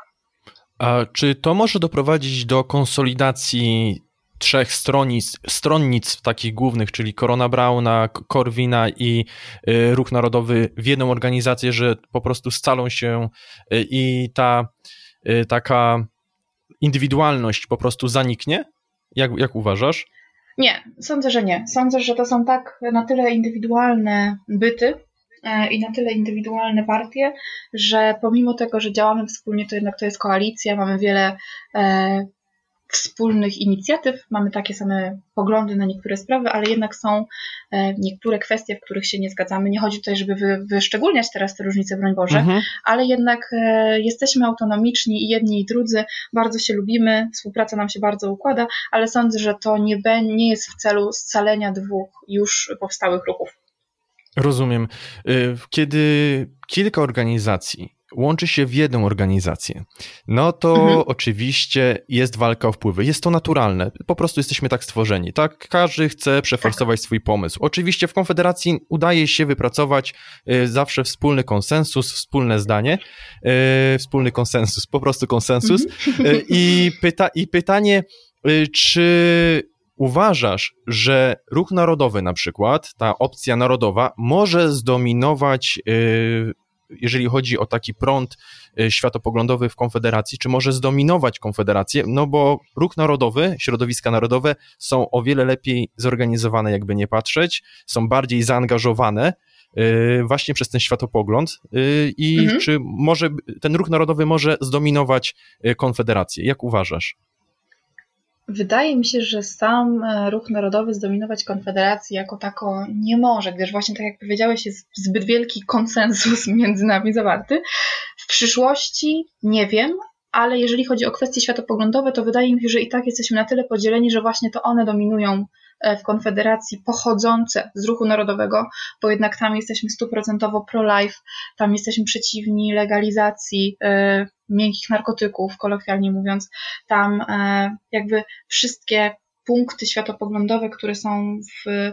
A czy to może doprowadzić do konsolidacji trzech stronnic, stronnic takich głównych, czyli Korona Brauna, Korwina i y, Ruch Narodowy w jedną organizację, że po prostu scalą się y, i ta y, taka indywidualność po prostu zaniknie? Jak, jak uważasz? Nie, sądzę, że nie. Sądzę, że to są tak na tyle indywidualne byty i na tyle indywidualne partie, że pomimo tego, że działamy wspólnie, to jednak to jest koalicja, mamy wiele e, wspólnych inicjatyw, mamy takie same poglądy na niektóre sprawy, ale jednak są e, niektóre kwestie, w których się nie zgadzamy. Nie chodzi tutaj, żeby wy, wyszczególniać teraz te różnice, broń Boże, mhm. ale jednak e, jesteśmy autonomiczni i jedni i drudzy, bardzo się lubimy, współpraca nam się bardzo układa, ale sądzę, że to nie, be, nie jest w celu scalenia dwóch już powstałych ruchów. Rozumiem. Kiedy kilka organizacji łączy się w jedną organizację, no to mhm. oczywiście jest walka o wpływy. Jest to naturalne. Po prostu jesteśmy tak stworzeni, tak? Każdy chce przeforsować tak. swój pomysł. Oczywiście w Konfederacji udaje się wypracować zawsze wspólny konsensus, wspólne zdanie, wspólny konsensus, po prostu konsensus. Mhm. I, pyta- i pytanie, czy uważasz, że Ruch Narodowy na przykład, ta opcja narodowa może zdominować, jeżeli chodzi o taki prąd światopoglądowy w Konfederacji, czy może zdominować Konfederację? No bo Ruch Narodowy, środowiska narodowe są o wiele lepiej zorganizowane, jakby nie patrzeć, są bardziej zaangażowane właśnie przez ten światopogląd i mhm. czy może ten Ruch Narodowy może zdominować Konfederację? Jak uważasz? Wydaje mi się, że sam Ruch Narodowy zdominować Konfederację jako tako nie może, gdyż właśnie tak jak powiedziałeś, jest zbyt wielki konsensus między nami zawarty. W przyszłości nie wiem, ale jeżeli chodzi o kwestie światopoglądowe, to wydaje mi się, że i tak jesteśmy na tyle podzieleni, że właśnie to one dominują w Konfederacji pochodzące z Ruchu Narodowego, bo jednak tam jesteśmy stuprocentowo pro-life, tam jesteśmy przeciwni legalizacji y, miękkich narkotyków, kolokwialnie mówiąc. Tam y, jakby wszystkie punkty światopoglądowe, które są w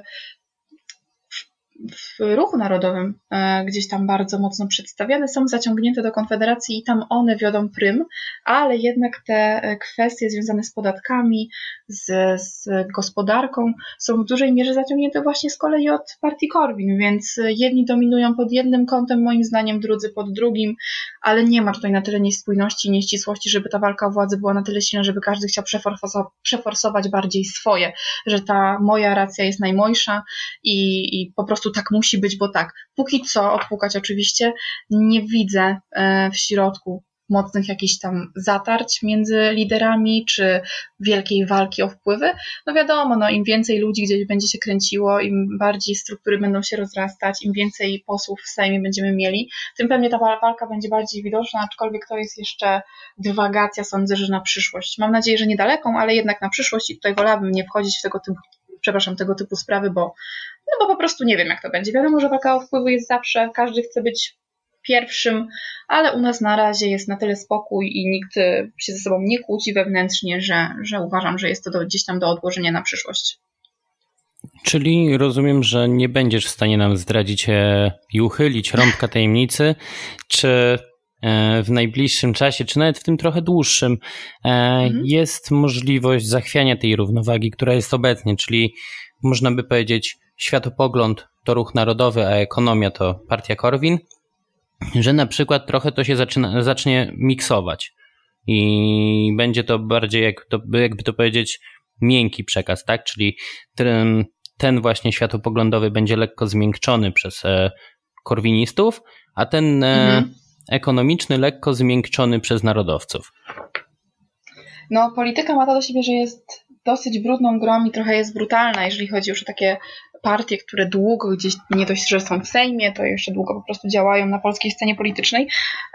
w Ruchu Narodowym gdzieś tam bardzo mocno przedstawiane, są zaciągnięte do Konfederacji i tam one wiodą prym, ale jednak te kwestie związane z podatkami, z, z gospodarką są w dużej mierze zaciągnięte właśnie z kolei od partii Korwin, więc jedni dominują pod jednym kątem, moim zdaniem, drudzy pod drugim, ale nie ma tutaj na tyle niespójności i nieścisłości, żeby ta walka o władzę była na tyle silna, żeby każdy chciał przeforsować, przeforsować bardziej swoje, że ta moja racja jest najmojsza i, i po prostu tak musi być, bo tak. Póki co, odpukać oczywiście, nie widzę w środku mocnych jakichś tam zatarć między liderami, czy wielkiej walki o wpływy. No wiadomo, no im więcej ludzi gdzieś będzie się kręciło, im bardziej struktury będą się rozrastać, im więcej posłów w Sejmie będziemy mieli, tym pewnie ta walka będzie bardziej widoczna, aczkolwiek to jest jeszcze dywagacja, sądzę, że na przyszłość. Mam nadzieję, że niedaleką, ale jednak na przyszłość i tutaj wolałabym nie wchodzić w tego typu, przepraszam, tego typu sprawy, bo no bo po prostu nie wiem, jak to będzie. Wiadomo, że walka o wpływy jest zawsze, każdy chce być pierwszym, ale u nas na razie jest na tyle spokój i nikt się ze sobą nie kłóci wewnętrznie, że, że uważam, że jest to do, gdzieś tam do odłożenia na przyszłość. Czyli rozumiem, że nie będziesz w stanie nam zdradzić i uchylić rąbka tajemnicy, czy w najbliższym czasie, czy nawet w tym trochę dłuższym mhm. jest możliwość zachwiania tej równowagi, która jest obecnie, czyli można by powiedzieć światopogląd to Ruch Narodowy, a ekonomia to partia Korwin, że na przykład trochę to się zaczyna, zacznie miksować i będzie to bardziej, jak to, jakby to powiedzieć, miękki przekaz, tak? Czyli ten, ten właśnie światopoglądowy będzie lekko zmiękczony przez e, korwinistów, a ten e, mhm. ekonomiczny lekko zmiękczony przez narodowców. No, polityka ma to do siebie, że jest dosyć brudną grą i trochę jest brutalna, jeżeli chodzi już o takie partie, które długo gdzieś, nie dość, że są w Sejmie, to jeszcze długo po prostu działają na polskiej scenie politycznej.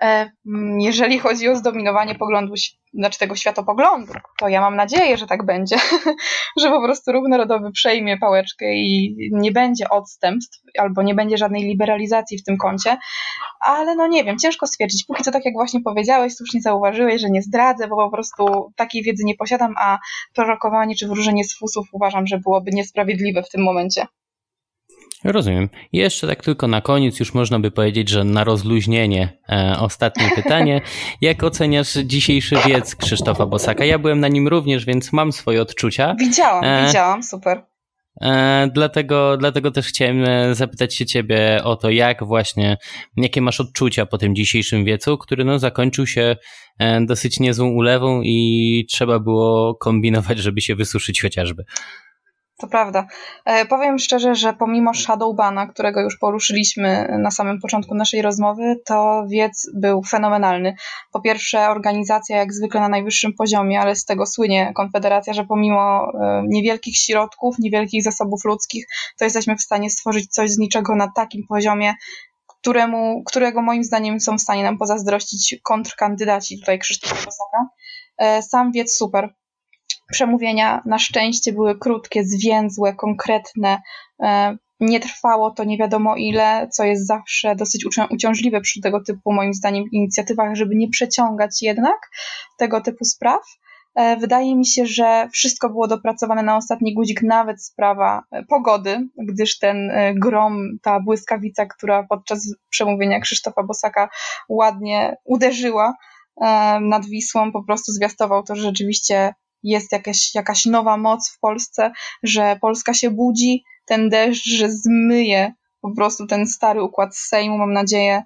Jeżeli chodzi o zdominowanie poglądu, znaczy tego światopoglądu, to ja mam nadzieję, że tak będzie, że po prostu Ruch Narodowy przejmie pałeczkę i nie będzie odstępstw, albo nie będzie żadnej liberalizacji w tym kącie, ale no nie wiem, ciężko stwierdzić. Póki co, tak jak właśnie powiedziałeś, słusznie zauważyłeś, że nie zdradzę, bo po prostu takiej wiedzy nie posiadam, a prorokowanie czy wróżenie z fusów uważam, że byłoby niesprawiedliwe w tym momencie. Rozumiem. I jeszcze tak tylko na koniec już można by powiedzieć, że na rozluźnienie e, ostatnie pytanie. Jak oceniasz dzisiejszy wiec Krzysztofa Bosaka? Ja byłem na nim również, więc mam swoje odczucia. Widziałam, e, widziałam, super. E, dlatego, dlatego też chciałem zapytać się ciebie o to, jak właśnie, jakie masz odczucia po tym dzisiejszym wiecu, który no zakończył się e, dosyć niezłą ulewą i trzeba było kombinować, żeby się wysuszyć chociażby. To prawda. E, powiem szczerze, że pomimo Shadowbana, którego już poruszyliśmy na samym początku naszej rozmowy, to wiec był fenomenalny. Po pierwsze, organizacja jak zwykle na najwyższym poziomie, ale z tego słynie Konfederacja, że pomimo e, niewielkich środków, niewielkich zasobów ludzkich, to jesteśmy w stanie stworzyć coś z niczego na takim poziomie, któremu, którego moim zdaniem są w stanie nam pozazdrościć kontrkandydaci, tutaj Krzysztofa Bosaka. E, sam wiec super. Przemówienia na szczęście były krótkie, zwięzłe, konkretne. Nie trwało to nie wiadomo ile, co jest zawsze dosyć uciążliwe przy tego typu, moim zdaniem, inicjatywach, żeby nie przeciągać jednak tego typu spraw. Wydaje mi się, że wszystko było dopracowane na ostatni guzik, nawet sprawa pogody, gdyż ten grom, ta błyskawica, która podczas przemówienia Krzysztofa Bosaka ładnie uderzyła nad Wisłą, po prostu zwiastował to, że rzeczywiście jest jakaś, jakaś nowa moc w Polsce, że Polska się budzi, ten deszcz, że zmyje po prostu ten stary układ z Sejmu, mam nadzieję.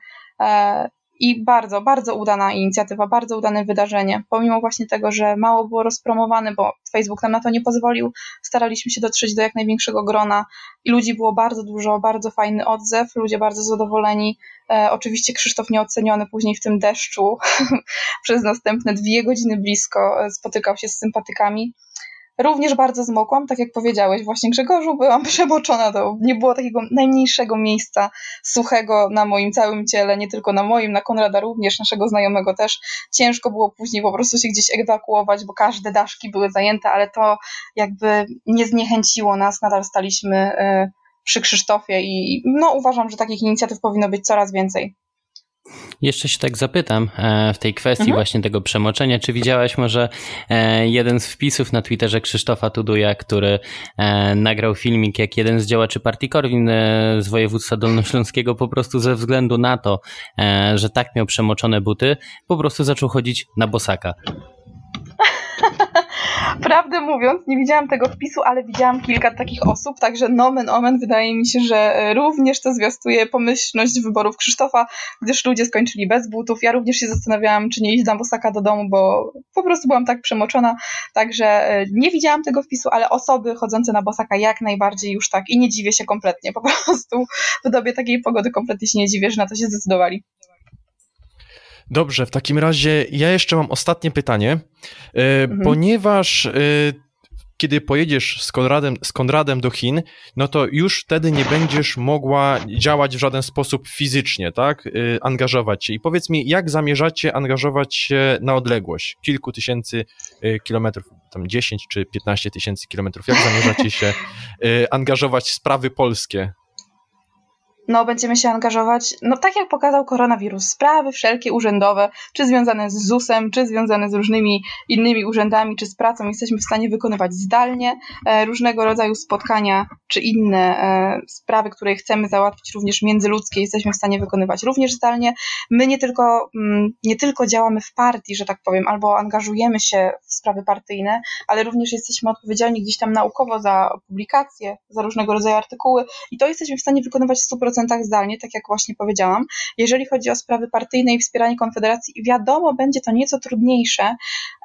I bardzo, bardzo udana inicjatywa, bardzo udane wydarzenie. Pomimo właśnie tego, że mało było rozpromowane, bo Facebook nam na to nie pozwolił, staraliśmy się dotrzeć do jak największego grona i ludzi było bardzo dużo, bardzo fajny odzew, ludzie bardzo zadowoleni. E, oczywiście Krzysztof nieoceniony później w tym deszczu przez następne dwie godziny blisko spotykał się z sympatykami. Również bardzo zmokłam, tak jak powiedziałeś właśnie Grzegorzu, byłam przemoczona, to nie było takiego najmniejszego miejsca suchego na moim całym ciele, nie tylko na moim, na Konrada również, naszego znajomego też. Ciężko było później po prostu się gdzieś ewakuować, bo każde daszki były zajęte, ale to jakby nie zniechęciło nas, nadal staliśmy y, przy Krzysztofie i no uważam, że takich inicjatyw powinno być coraz więcej. Jeszcze się tak zapytam w tej kwestii mhm. właśnie tego przemoczenia. Czy widziałaś może jeden z wpisów na Twitterze Krzysztofa Tuduja, który nagrał filmik, jak jeden z działaczy partii Korwin z województwa dolnośląskiego po prostu ze względu na to, że tak miał przemoczone buty, po prostu zaczął chodzić na bosaka. Prawdę mówiąc, nie widziałam tego wpisu, ale widziałam kilka takich osób, także nomen omen wydaje mi się, że również to zwiastuje pomyślność wyborów Krzysztofa, gdyż ludzie skończyli bez butów. Ja również się zastanawiałam, czy nie iść na bosaka do domu, bo po prostu byłam tak przemoczona, także nie widziałam tego wpisu, ale osoby chodzące na bosaka jak najbardziej już tak i nie dziwię się kompletnie, po prostu w dobie takiej pogody kompletnie się nie dziwię, że na to się zdecydowali. Dobrze, w takim razie ja jeszcze mam ostatnie pytanie, mhm. ponieważ kiedy pojedziesz z Konradem, z Konradem do Chin, no to już wtedy nie będziesz mogła działać w żaden sposób fizycznie, tak? Angażować się. I powiedz mi, jak zamierzacie angażować się na odległość? Kilku tysięcy kilometrów, tam dziesięć czy piętnaście tysięcy kilometrów. Jak zamierzacie się angażować w sprawy polskie? No, będziemy się angażować, no tak jak pokazał koronawirus, sprawy wszelkie urzędowe, czy związane z zusem, czy związane z różnymi innymi urzędami, czy z pracą, jesteśmy w stanie wykonywać zdalnie e, różnego rodzaju spotkania, czy inne e, sprawy, które chcemy załatwić, również międzyludzkie, jesteśmy w stanie wykonywać również zdalnie. My nie tylko, m, nie tylko działamy w partii, że tak powiem, albo angażujemy się w sprawy partyjne, ale również jesteśmy odpowiedzialni gdzieś tam naukowo za publikacje, za różnego rodzaju artykuły i to jesteśmy w stanie wykonywać w stu procentach zdalnie, tak jak właśnie powiedziałam. Jeżeli chodzi o sprawy partyjne i wspieranie Konfederacji, wiadomo, będzie to nieco trudniejsze,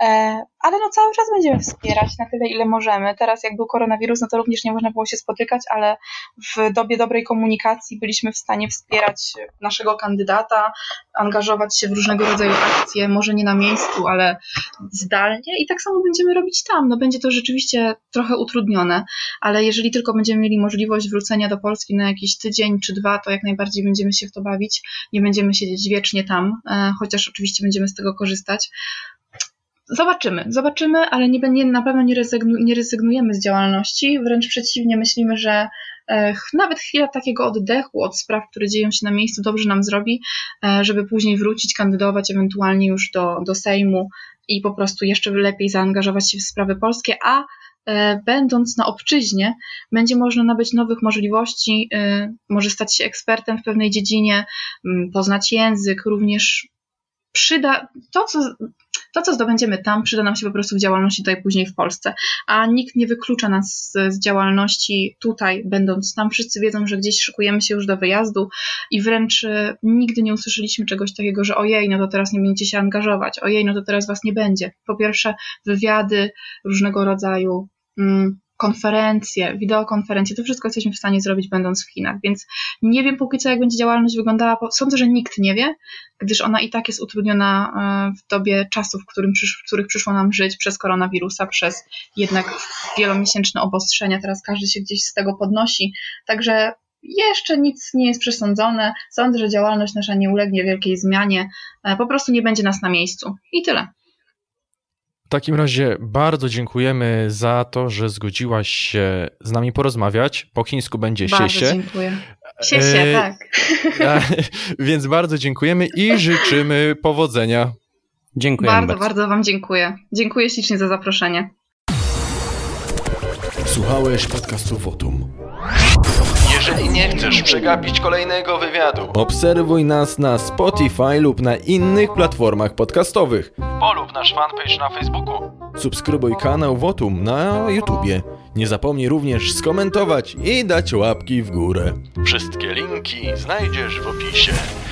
ale no cały czas będziemy wspierać na tyle, ile możemy. Teraz jak był koronawirus, no to również nie można było się spotykać, ale w dobie dobrej komunikacji byliśmy w stanie wspierać naszego kandydata, angażować się w różnego rodzaju akcje, może nie na miejscu, ale zdalnie i tak samo będziemy robić tam. No będzie to rzeczywiście trochę utrudnione, ale jeżeli tylko będziemy mieli możliwość wrócenia do Polski na jakiś tydzień czy dwa, to jak najbardziej będziemy się w to bawić, nie będziemy siedzieć wiecznie tam, chociaż oczywiście będziemy z tego korzystać. Zobaczymy, zobaczymy, ale nie, nie, na pewno nie, rezygnu, nie rezygnujemy z działalności, wręcz przeciwnie, myślimy, że e, nawet chwila takiego oddechu od spraw, które dzieją się na miejscu, dobrze nam zrobi, e, żeby później wrócić, kandydować ewentualnie już do, do Sejmu i po prostu jeszcze lepiej zaangażować się w sprawy polskie, a e, będąc na obczyźnie, będzie można nabyć nowych możliwości, e, może stać się ekspertem w pewnej dziedzinie, m, poznać język, również przyda to, co To, co zdobędziemy tam, przyda nam się po prostu w działalności tutaj później w Polsce, a nikt nie wyklucza nas z, z działalności tutaj, będąc tam. Wszyscy wiedzą, że gdzieś szykujemy się już do wyjazdu i wręcz y, nigdy nie usłyszeliśmy czegoś takiego, że ojej, no to teraz nie będziecie się angażować, ojej, no to teraz was nie będzie. Po pierwsze wywiady różnego rodzaju, mm, konferencje, wideokonferencje, to wszystko jesteśmy w stanie zrobić będąc w Chinach, więc nie wiem póki co, jak będzie działalność wyglądała, sądzę, że nikt nie wie, gdyż ona i tak jest utrudniona w dobie czasów, w, którym przysz- w których przyszło nam żyć przez koronawirusa, przez jednak wielomiesięczne obostrzenia, teraz każdy się gdzieś z tego podnosi, także jeszcze nic nie jest przesądzone, sądzę, że działalność nasza nie ulegnie wielkiej zmianie, po prostu nie będzie nas na miejscu i tyle. W takim razie bardzo dziękujemy za to, że zgodziłaś się z nami porozmawiać. Po chińsku będzie bardzo siesie. Bardzo dziękuję. Siesie, e, tak. A, więc bardzo dziękujemy i życzymy powodzenia. Dziękuję bardzo. Bardzo, bardzo wam dziękuję. Dziękuję ślicznie za zaproszenie. Słuchałeś podcastu Votum. Jeżeli nie chcesz przegapić kolejnego wywiadu, obserwuj nas na Spotify lub na innych platformach podcastowych. Polub nasz fanpage na Facebooku. Subskrybuj kanał Votum na YouTubie. Nie zapomnij również skomentować i dać łapki w górę. Wszystkie linki znajdziesz w opisie.